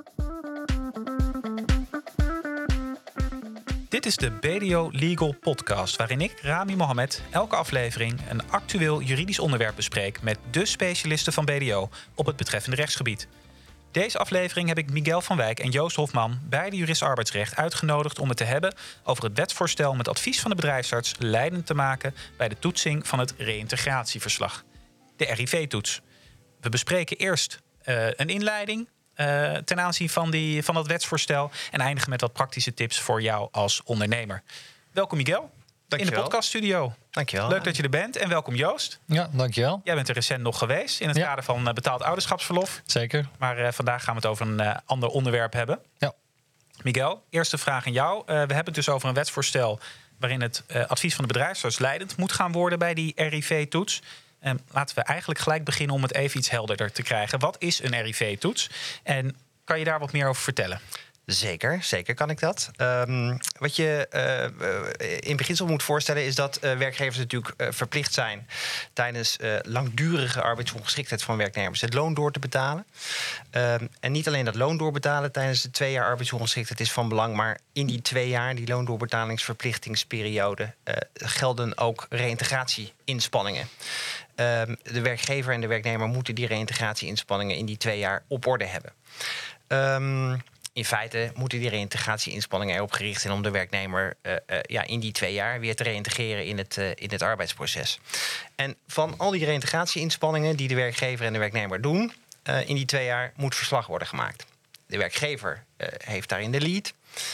Dit is de BDO Legal Podcast, waarin ik, Rami Mohammed, elke aflevering een actueel juridisch onderwerp bespreek met de specialisten van BDO op het betreffende rechtsgebied. Deze aflevering heb ik Miguel van Wijk en Joost Hofman, beide jurist arbeidsrecht, uitgenodigd om het te hebben over het wetsvoorstel met advies van de bedrijfsarts leidend te maken bij de toetsing van het reïntegratieverslag, de RIV-toets. We bespreken eerst een inleiding ten aanzien van dat wetsvoorstel en eindigen met wat praktische tips voor jou als ondernemer. Welkom Miguel. Dankjewel. In de podcaststudio. Dankjewel. Leuk dat je er bent en welkom Joost. Ja, dankjewel. Jij bent er recent nog geweest in het kader van betaald ouderschapsverlof. Zeker. Maar vandaag gaan we het over een ander onderwerp hebben. Ja. Miguel, eerste vraag aan jou. We hebben het dus over een wetsvoorstel waarin het advies van de bedrijfsarts leidend moet gaan worden bij die RIV-toets. Laten we eigenlijk gelijk beginnen om het even iets helderder te krijgen. Wat is een RIV-toets? En kan je daar wat meer over vertellen? Zeker kan ik dat. Wat je in beginsel moet voorstellen is dat werkgevers natuurlijk verplicht zijn tijdens langdurige arbeidsongeschiktheid van werknemers het loon door te betalen. En niet alleen dat loon doorbetalen tijdens de 2 jaar arbeidsongeschiktheid is van belang, maar in die 2 jaar, die loondoorbetalingsverplichtingsperiode, gelden ook reïntegratie-inspanningen. De werkgever en de werknemer moeten die reïntegratie-inspanningen in die 2 jaar op orde hebben. In feite moeten die reïntegratie-inspanningen erop gericht zijn om de werknemer in die 2 jaar weer te reïntegreren in het arbeidsproces. En van al die reïntegratie-inspanningen die de werkgever en de werknemer doen, in die 2 jaar moet verslag worden gemaakt. De werkgever heeft daarin de lead.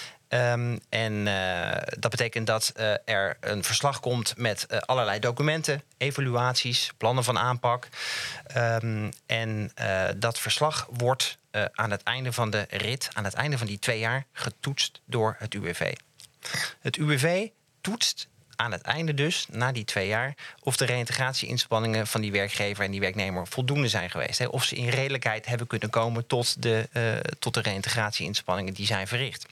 Dat betekent dat er een verslag komt met allerlei documenten, evaluaties, plannen van aanpak. Dat verslag wordt aan het einde van de rit, aan het einde van die 2 jaar, getoetst door het UWV. Het UWV toetst aan het einde dus, na die 2 jaar, of de reïntegratie-inspanningen van die werkgever en die werknemer voldoende zijn geweest. Hè? Of ze in redelijkheid hebben kunnen komen tot de reïntegratie-inspanningen die zijn verricht.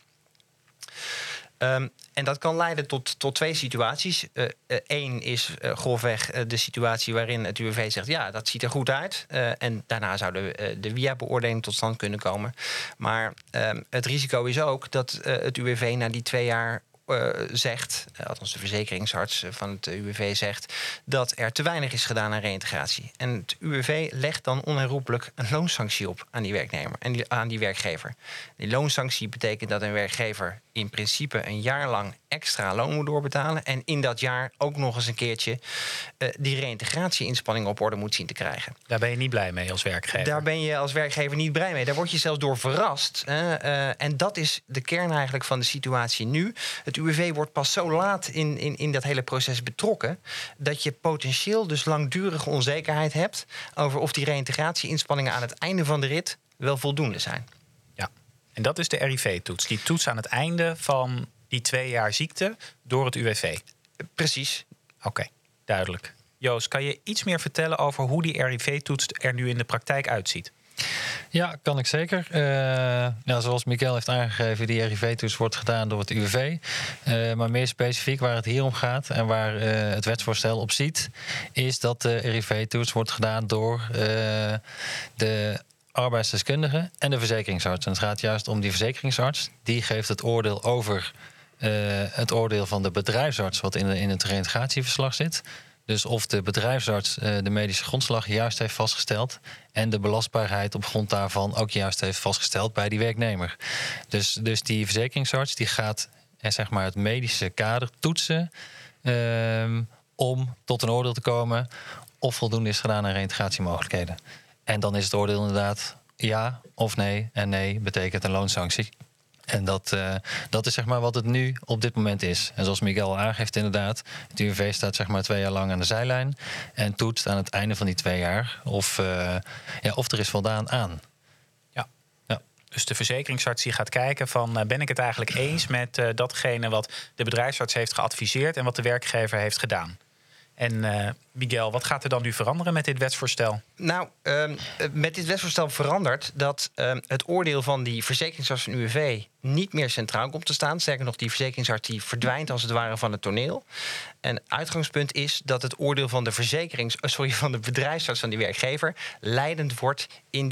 En dat kan leiden tot 2 situaties. Eén is grofweg de situatie waarin het UWV zegt, ja, dat ziet er goed uit. En daarna zou de WIA-beoordeling tot stand kunnen komen. Maar het risico is ook dat het UWV na die 2 jaar zegt, althans de verzekeringsarts van het UWV zegt, dat er te weinig is gedaan aan reïntegratie. En het UWV legt dan onherroepelijk een loonsanctie op aan die werknemer en aan die werkgever. Die loonsanctie betekent dat een werkgever in principe een jaar lang extra loon moet doorbetalen en in dat jaar ook nog eens een keertje die reïntegratie-inspanningen op orde moet zien te krijgen. Daar ben je niet blij mee als werkgever? Daar ben je als werkgever niet blij mee. Daar word je zelfs door verrast. En dat is de kern eigenlijk van de situatie nu. Het UWV wordt pas zo laat in dat hele proces betrokken dat je potentieel dus langdurige onzekerheid hebt over of die reïntegratie-inspanningen aan het einde van de rit wel voldoende zijn. Ja, en dat is de RIV-toets. Die toets aan het einde van die 2 jaar ziekte door het UWV. Precies. Oké, duidelijk. Joost, kan je iets meer vertellen over hoe die RIV-toets er nu in de praktijk uitziet? Ja, kan ik zeker. Zoals Miguel heeft aangegeven, die RIV-toets wordt gedaan door het UWV. Maar meer specifiek waar het hier om gaat en waar het wetsvoorstel op ziet, is dat de RIV-toets wordt gedaan door de arbeidsdeskundige en de verzekeringsarts. En het gaat juist om die verzekeringsarts. Die geeft het oordeel over het oordeel van de bedrijfsarts wat in het reïntegratieverslag zit. Dus of de bedrijfsarts de medische grondslag juist heeft vastgesteld en de belastbaarheid op grond daarvan ook juist heeft vastgesteld bij die werknemer. Dus die verzekeringsarts die gaat het medische kader toetsen om tot een oordeel te komen of voldoende is gedaan aan reïntegratiemogelijkheden. En dan is het oordeel inderdaad ja of nee. En nee betekent een loonsanctie. En dat is wat het nu op dit moment is. En zoals Miguel aangeeft inderdaad, het UWV staat 2 jaar lang aan de zijlijn en toetst aan het einde van die 2 jaar of er is voldaan aan. Ja. Dus de verzekeringsarts die gaat kijken van ben ik het eigenlijk eens met datgene wat de bedrijfsarts heeft geadviseerd en wat de werkgever heeft gedaan. En Miguel, wat gaat er dan nu veranderen met dit wetsvoorstel? Nou, met dit wetsvoorstel verandert dat het oordeel van die verzekeringsarts van UWV niet meer centraal komt te staan. Sterker nog, die verzekeringsarts die verdwijnt als het ware van het toneel. En uitgangspunt is dat het oordeel van van de bedrijfsarts van die werkgever leidend wordt in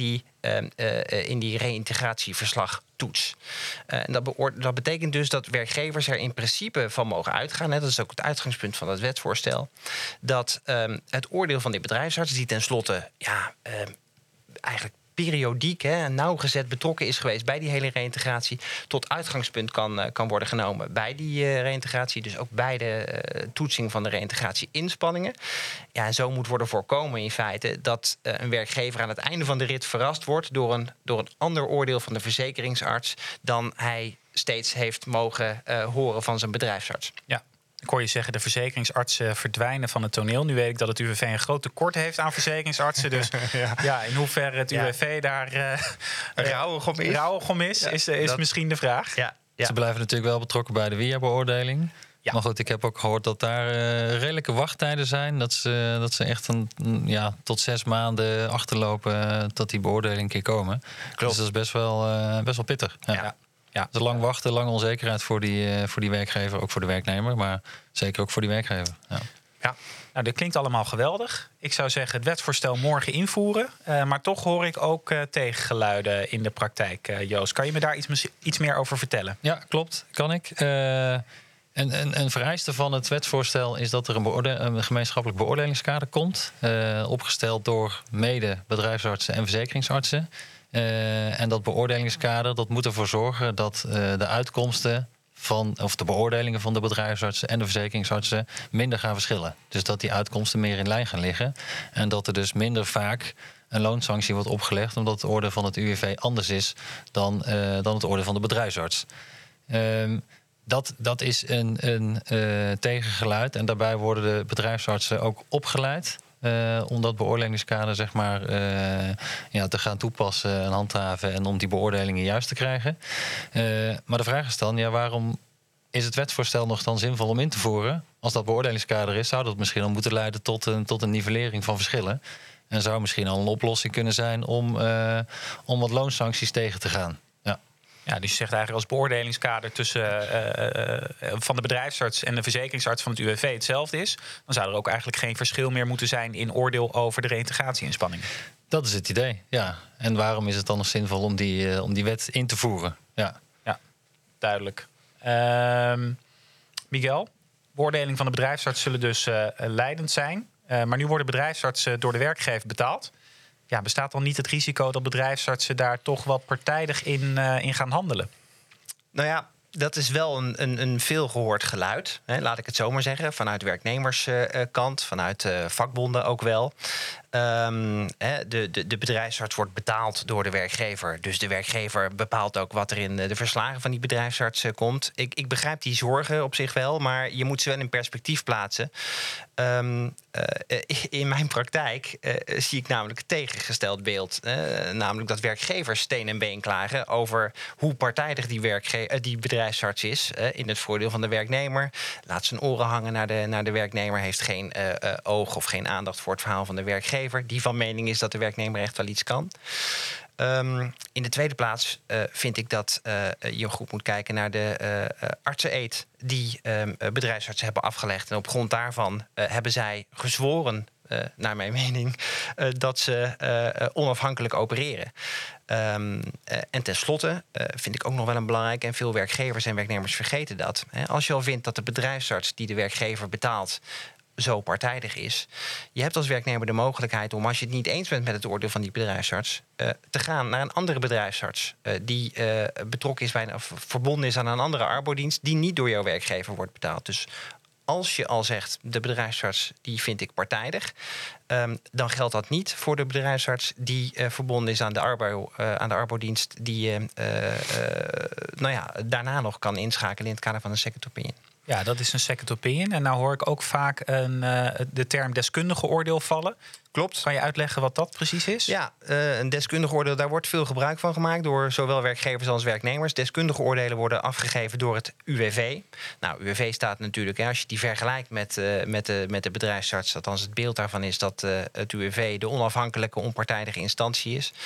die reïntegratieverslagtoets. En dat betekent dus dat werkgevers er in principe van mogen uitgaan. Hè, dat is ook het uitgangspunt van het wetsvoorstel. Dat het oordeel van die bedrijfsarts, die tenslotte eigenlijk periodiek en nauwgezet betrokken is geweest bij die hele reïntegratie, tot uitgangspunt kan worden genomen bij die reïntegratie. Dus ook bij de toetsing van de reïntegratie-inspanningen. Ja, en zo moet worden voorkomen in feite dat een werkgever aan het einde van de rit verrast wordt door een ander oordeel van de verzekeringsarts dan hij steeds heeft mogen horen van zijn bedrijfsarts. Ja. Ik hoor je zeggen, de verzekeringsartsen verdwijnen van het toneel. Nu weet ik dat het UWV een groot tekort heeft aan verzekeringsartsen. Dus in hoeverre het UWV daar rauwigom is misschien de vraag. Ja. Ze blijven natuurlijk wel betrokken bij de WIA-beoordeling. Ja. Maar goed, ik heb ook gehoord dat daar redelijke wachttijden zijn. Dat ze echt tot 6 maanden achterlopen dat die beoordeling een keer komen. Klopt. Dus dat is best wel pittig. Ja. Ja. Dus lang wachten, lange onzekerheid voor die werkgever, ook voor de werknemer, maar zeker ook voor die werkgever. Ja. Nou, dit klinkt allemaal geweldig. Ik zou zeggen, het wetsvoorstel morgen invoeren. Maar toch hoor ik ook tegengeluiden in de praktijk. Joost, kan je me daar iets meer over vertellen? Ja, klopt. Kan ik. Een vereiste van het wetsvoorstel is dat er een gemeenschappelijk beoordelingskader komt. Opgesteld door mede bedrijfsartsen en verzekeringsartsen. En dat beoordelingskader dat moet ervoor zorgen dat de uitkomsten de beoordelingen van de bedrijfsartsen en de verzekeringsartsen minder gaan verschillen. Dus dat die uitkomsten meer in lijn gaan liggen. En dat er dus minder vaak een loonsanctie wordt opgelegd, omdat het oordeel van het UWV anders is dan het oordeel van de bedrijfsarts. Dat is een tegengeluid. En daarbij worden de bedrijfsartsen ook opgeleid om dat beoordelingskader te gaan toepassen en handhaven en om die beoordelingen juist te krijgen. Maar de vraag is dan, waarom is het wetsvoorstel nog dan zinvol om in te voeren? Als dat beoordelingskader is, zou dat misschien al moeten leiden tot een nivellering van verschillen. En zou misschien al een oplossing kunnen zijn om wat loonsancties tegen te gaan. Ja, dus je zegt eigenlijk als beoordelingskader tussen van de bedrijfsarts en de verzekeringsarts van het UWV hetzelfde is, dan zou er ook eigenlijk geen verschil meer moeten zijn in oordeel over de reïntegratie-inspanningen. Dat is het idee, ja. En waarom is het dan nog zinvol om die wet in te voeren? Ja, duidelijk. Miguel, beoordeling van de bedrijfsarts zullen dus leidend zijn. Maar nu worden bedrijfsartsen door de werkgever betaald. Ja, bestaat dan niet het risico dat bedrijfsartsen daar toch wat partijdig in gaan handelen? Nou ja, dat is wel een veelgehoord geluid, laat ik het zo maar zeggen. Vanuit werknemerskant, vanuit vakbonden ook wel. De bedrijfsarts wordt betaald door de werkgever. Dus de werkgever bepaalt ook wat er in de verslagen van die bedrijfsarts komt. Ik begrijp die zorgen op zich wel, maar je moet ze wel in perspectief plaatsen. In mijn praktijk zie ik namelijk het tegengesteld beeld. Namelijk dat werkgevers steen en been klagen over hoe partijdig die bedrijfsarts is in het voordeel van de werknemer. Laat zijn oren hangen naar de werknemer. Heeft geen oog of geen aandacht voor het verhaal van de werkgever. Die van mening is dat de werknemer echt wel iets kan. In de tweede plaats vind ik dat je goed moet kijken naar de artseneed die bedrijfsartsen hebben afgelegd. En op grond daarvan hebben zij gezworen, naar mijn mening, dat ze onafhankelijk opereren. En tenslotte vind ik ook nog wel een belangrijke, en veel werkgevers en werknemers vergeten dat. Als je al vindt dat de bedrijfsarts die de werkgever betaalt zo partijdig is. Je hebt als werknemer de mogelijkheid om, als je het niet eens bent met het oordeel van die bedrijfsarts, te gaan naar een andere bedrijfsarts die betrokken is bij of verbonden is aan een andere arbodienst die niet door jouw werkgever wordt betaald. Dus als je al zegt, de bedrijfsarts die vind ik partijdig, dan geldt dat niet voor de bedrijfsarts die verbonden is aan de arbodienst die daarna nog kan inschakelen in het kader van een second opinion. Ja, dat is een second opinion. En nou hoor ik ook vaak de term deskundige oordeel vallen. Klopt. Kan je uitleggen wat dat precies is? Ja, een deskundig oordeel, daar wordt veel gebruik van gemaakt door zowel werkgevers als werknemers. Deskundige oordelen worden afgegeven door het UWV. Nou, UWV staat natuurlijk, als je die vergelijkt met de bedrijfsarts, althans het beeld daarvan is dat het UWV de onafhankelijke, onpartijdige instantie is.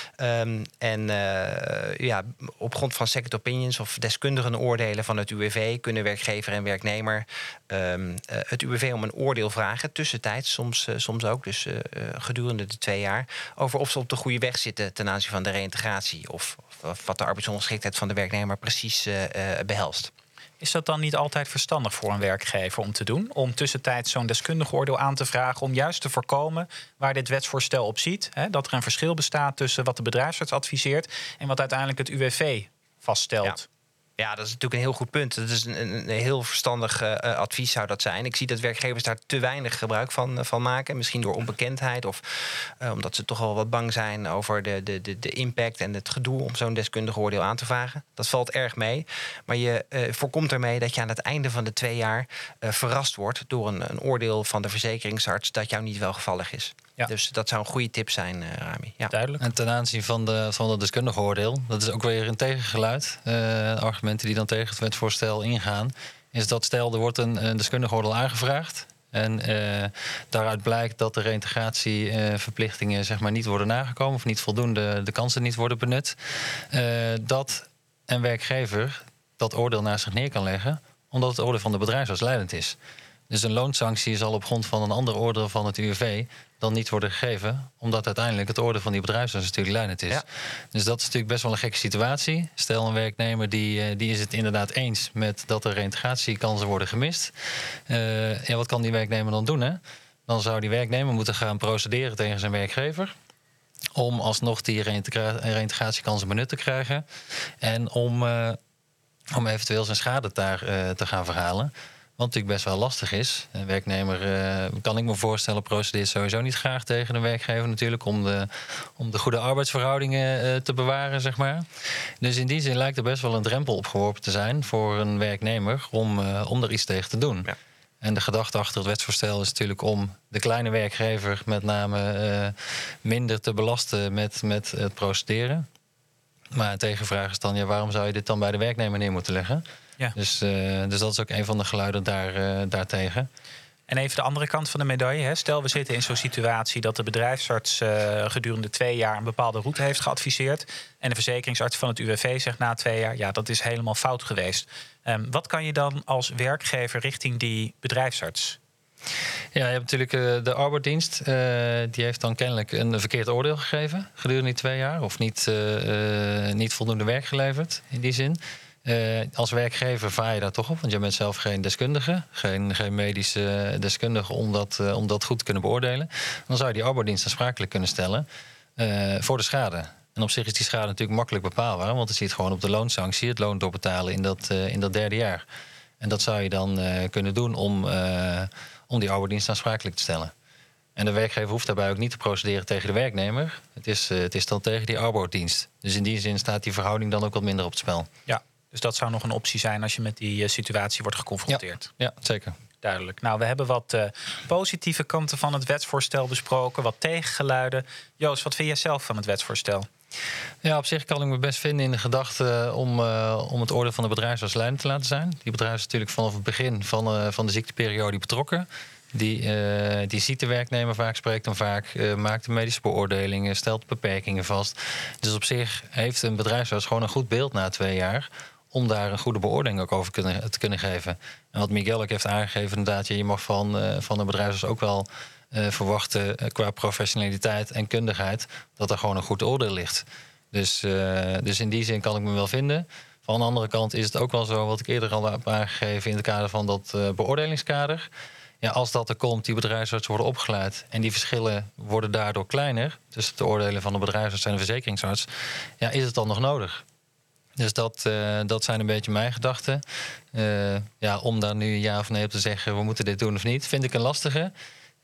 Op grond van second opinions of deskundigen oordelen van het UWV kunnen werkgever en werknemer het UWV om een oordeel vragen, tussentijds soms ook, dus gedurende de 2 jaar, over of ze op de goede weg zitten ten aanzien van de reïntegratie of wat de arbeidsongeschiktheid van de werknemer precies behelst. Is dat dan niet altijd verstandig voor een werkgever om te doen? Om tussentijds zo'n deskundig oordeel aan te vragen, om juist te voorkomen waar dit wetsvoorstel op ziet, dat er een verschil bestaat tussen wat de bedrijfsarts adviseert en wat uiteindelijk het UWV vaststelt. Ja, dat is natuurlijk een heel goed punt. Dat is een heel verstandig advies zou dat zijn. Ik zie dat werkgevers daar te weinig gebruik van maken. Misschien door onbekendheid of omdat ze toch al wat bang zijn over de impact en het gedoe om zo'n deskundig oordeel aan te vragen. Dat valt erg mee. Maar je voorkomt ermee dat je aan het einde van de 2 jaar verrast wordt door een oordeel van de verzekeringsarts dat jou niet welgevallig is. Ja. Dus dat zou een goede tip zijn, Rami. Ja. Duidelijk. En ten aanzien van dat deskundige oordeel, dat is ook weer een tegengeluid. Argumenten die dan tegen het wetsvoorstel ingaan, is dat stel er wordt een deskundig oordeel aangevraagd. En daaruit blijkt dat de reïntegratieverplichtingen niet worden nagekomen of niet voldoende de kansen niet worden benut. Dat een werkgever dat oordeel naast zich neer kan leggen, omdat het oordeel van de bedrijfsarts leidend is. Dus een loonsanctie zal op grond van een ander oordeel van het UWV dan niet worden gegeven, omdat uiteindelijk het oordeel van die bedrijfsarts natuurlijk leidend is. Ja. Dus dat is natuurlijk best wel een gekke situatie. Stel een werknemer die is het inderdaad eens met dat er reïntegratiekansen worden gemist. Wat kan die werknemer dan doen? Hè? Dan zou die werknemer moeten gaan procederen tegen zijn werkgever om alsnog die reïntegratiekansen benut te krijgen en om eventueel zijn schade daar te gaan verhalen. Wat natuurlijk best wel lastig is. Een werknemer, kan ik me voorstellen, procedeert sowieso niet graag tegen een werkgever natuurlijk om de goede arbeidsverhoudingen te bewaren, zeg maar. Dus in die zin lijkt er best wel een drempel opgeworpen te zijn voor een werknemer om er iets tegen te doen. Ja. En de gedachte achter het wetsvoorstel is natuurlijk om de kleine werkgever met name minder te belasten met het procederen. Maar een tegenvraag is dan, waarom zou je dit dan bij de werknemer neer moeten leggen? Ja. Dus dat is ook een van de geluiden daartegen. En even de andere kant van de medaille. Hè. Stel, we zitten in zo'n situatie dat de bedrijfsarts gedurende 2 jaar een bepaalde route heeft geadviseerd. En de verzekeringsarts van het UWV zegt na 2 jaar, dat is helemaal fout geweest. Wat kan je dan als werkgever richting die bedrijfsarts? Ja, je hebt natuurlijk de arbeidsdienst. Die heeft dan kennelijk een verkeerd oordeel gegeven gedurende die 2 jaar. Of niet voldoende werk geleverd in die zin. Als werkgever vaar je daar toch op, want je bent zelf geen deskundige, geen medische deskundige om dat goed te kunnen beoordelen. Dan zou je die arbeidsdienst aansprakelijk kunnen stellen voor de schade. En op zich is die schade natuurlijk makkelijk bepaalbaar, want het zit gewoon op de loonsanctie, het loon doorbetalen in dat 3e jaar. En dat zou je dan kunnen doen om die arbeidsdienst aansprakelijk te stellen. En de werkgever hoeft daarbij ook niet te procederen tegen de werknemer. Het is dan tegen die arbeidsdienst. Dus in die zin staat die verhouding dan ook wat minder op het spel. Ja. Dus dat zou nog een optie zijn als je met die situatie wordt geconfronteerd. Ja, zeker. Duidelijk. Nou, we hebben wat positieve kanten van het wetsvoorstel besproken. Wat tegengeluiden. Joost, wat vind jij zelf van het wetsvoorstel? Ja, op zich kan ik me best vinden in de gedachte om het oordeel van de bedrijfsarts leidend te laten zijn. Die bedrijf is natuurlijk vanaf het begin van de ziekteperiode betrokken. Die ziet de werknemer vaak, spreekt hem vaak, maakt de medische beoordelingen, stelt beperkingen vast. Dus op zich heeft een bedrijfsarts gewoon een goed beeld na 2 jaar om daar een goede beoordeling ook over te kunnen geven. En wat Miguel ook heeft aangegeven, inderdaad, je mag van een bedrijfsarts ook wel verwachten qua professionaliteit en kundigheid dat er gewoon een goed oordeel ligt. Dus in die zin kan ik me wel vinden. Van de andere kant is het ook wel zo, wat ik eerder al heb aangegeven in het kader van dat beoordelingskader. Ja, als dat er komt, die bedrijfsarts worden opgeleid en die verschillen worden daardoor kleiner tussen de oordelen van de bedrijfsarts en de verzekeringsarts, ja, is het dan nog nodig? Dus dat zijn een beetje mijn gedachten. Om daar nu ja of nee op te zeggen, we moeten dit doen of niet, vind ik een lastige.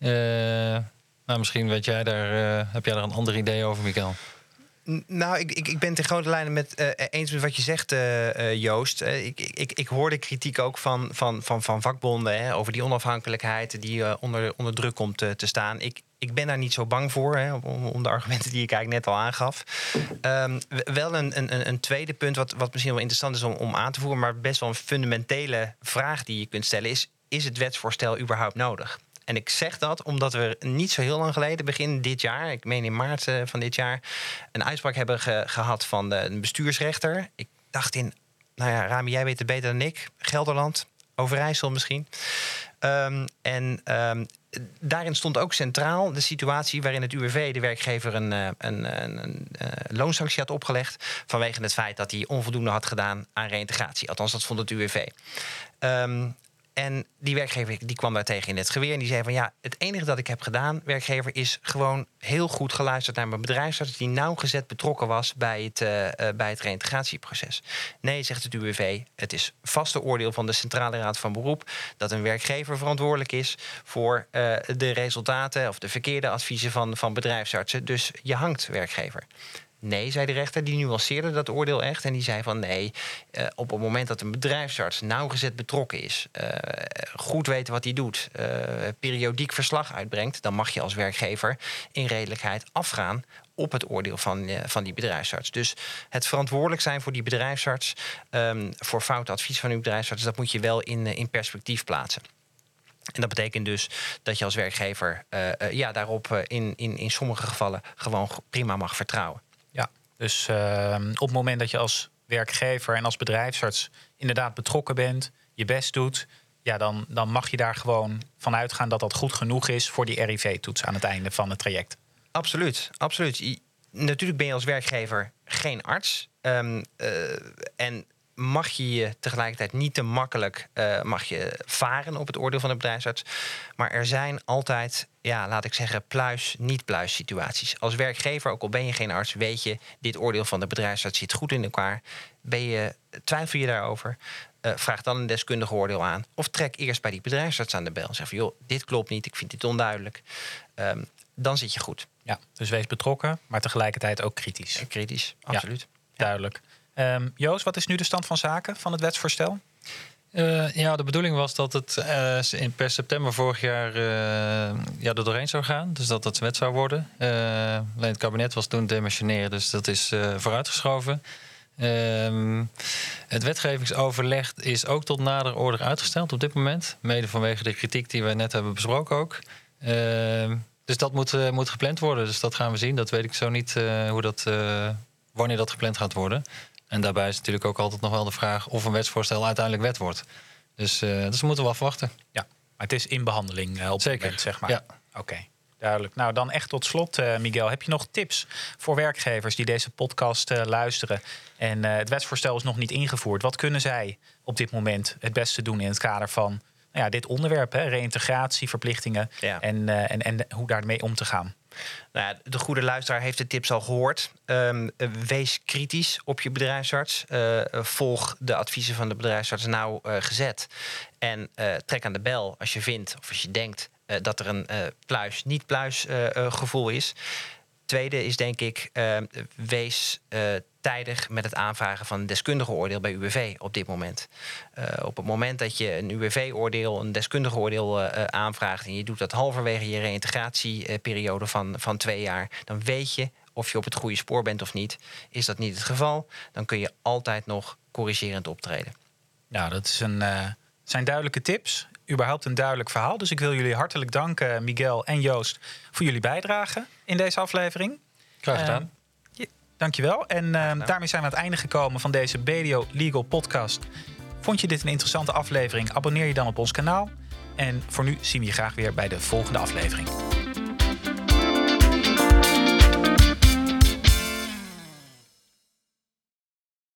Maar misschien heb jij daar een ander idee over, Mikael? Nou, ik ben het in grote lijnen eens met wat je zegt, Joost. Ik hoorde kritiek ook van vakbonden over die onafhankelijkheid die onder druk komt te staan. Ik ben daar niet zo bang voor, hè, om de argumenten die ik eigenlijk net al aangaf. Wel een tweede punt, wat misschien wel interessant is om aan te voeren, maar best wel een fundamentele vraag die je kunt stellen is het wetsvoorstel überhaupt nodig? En ik zeg dat omdat we niet zo heel lang geleden, begin dit jaar, ik meen in maart van dit jaar, een uitspraak hebben gehad van de bestuursrechter. Ik dacht Rami, jij weet het beter dan ik. Gelderland, Overijssel misschien. Daarin stond ook centraal de situatie waarin het UWV de werkgever een loonsanctie had opgelegd vanwege het feit dat hij onvoldoende had gedaan aan reïntegratie. Althans, dat vond het UWV. En die werkgever die kwam daar tegen in het geweer. En die zei van het enige dat ik heb gedaan, werkgever, is gewoon heel goed geluisterd naar mijn bedrijfsarts die nauwgezet betrokken was bij het reïntegratieproces. Nee, zegt het UWV, het is vaste oordeel van de Centrale Raad van Beroep dat een werkgever verantwoordelijk is voor de resultaten of de verkeerde adviezen van bedrijfsartsen. Dus je hangt, werkgever. Nee, zei de rechter, die nuanceerde dat oordeel echt. En die zei van nee, op het moment dat een bedrijfsarts nauwgezet betrokken is, goed weet wat hij doet, periodiek verslag uitbrengt, dan mag je als werkgever in redelijkheid afgaan op het oordeel van die bedrijfsarts. Dus het verantwoordelijk zijn voor die bedrijfsarts, voor fout advies van uw bedrijfsarts, dat moet je wel in perspectief plaatsen. En dat betekent dus dat je als werkgever daarop in sommige gevallen gewoon prima mag vertrouwen. Ja, dus op het moment dat je als werkgever en als bedrijfsarts inderdaad betrokken bent, je best doet, dan mag je daar gewoon van uitgaan dat dat goed genoeg is voor die RIV-toets aan het einde van het traject. Absoluut, absoluut. Natuurlijk ben je als werkgever geen arts. En mag je tegelijkertijd niet te makkelijk mag je varen op het oordeel van de bedrijfsarts. Maar er zijn altijd, laat ik zeggen, pluis-niet-pluis situaties. Als werkgever, ook al ben je geen arts, weet je, dit oordeel van de bedrijfsarts zit goed in elkaar. Twijfel je daarover? Vraag dan een deskundige oordeel aan. Of trek eerst bij die bedrijfsarts aan de bel. Zeg van, dit klopt niet, ik vind dit onduidelijk. Dan zit je goed. Ja, dus wees betrokken, maar tegelijkertijd ook kritisch. Kritisch, absoluut. Ja, duidelijk. Joost, wat is nu de stand van zaken van het wetsvoorstel? De bedoeling was dat het per september vorig jaar er doorheen zou gaan. Dus dat het wet zou worden. Alleen het kabinet was toen demissionair, dus dat is vooruitgeschoven. Het wetgevingsoverleg is ook tot nader order uitgesteld op dit moment. Mede vanwege de kritiek die wij net hebben besproken ook. Dus dat moet gepland worden. Dus dat gaan we zien. Dat weet ik zo niet wanneer dat gepland gaat worden. En daarbij is natuurlijk ook altijd nog wel de vraag of een wetsvoorstel uiteindelijk wet wordt. Dus we moeten wel afwachten. Ja, maar het is in behandeling op het moment, zeg maar. Ja. Oké, duidelijk. Nou, dan echt tot slot, Miguel. Heb je nog tips voor werkgevers die deze podcast luisteren en het wetsvoorstel is nog niet ingevoerd? Wat kunnen zij op dit moment het beste doen in het kader van dit onderwerp, reïntegratie, verplichtingen en hoe daarmee om te gaan? Nou ja, de goede luisteraar heeft de tips al gehoord. Wees kritisch op je bedrijfsarts. Volg de adviezen van de bedrijfsarts nauwgezet. En trek aan de bel als je vindt of als je denkt dat er een pluis-niet-pluis gevoel is. Tweede is denk ik, wees tijdig met het aanvragen van een deskundige oordeel bij UWV op dit moment. Op het moment dat je een UWV-oordeel, een deskundige oordeel aanvraagt en je doet dat halverwege je reïntegratieperiode van 2 jaar, dan weet je of je op het goede spoor bent of niet. Is dat niet het geval, dan kun je altijd nog corrigerend optreden. Nou, dat zijn duidelijke tips. Überhaupt een duidelijk verhaal. Dus ik wil jullie hartelijk danken, Miguel en Joost, voor jullie bijdrage in deze aflevering. Graag gedaan. Dankjewel. En daarmee zijn we aan het einde gekomen van deze BDO Legal podcast. Vond je dit een interessante aflevering? Abonneer je dan op ons kanaal. En voor nu zien we je graag weer bij de volgende aflevering.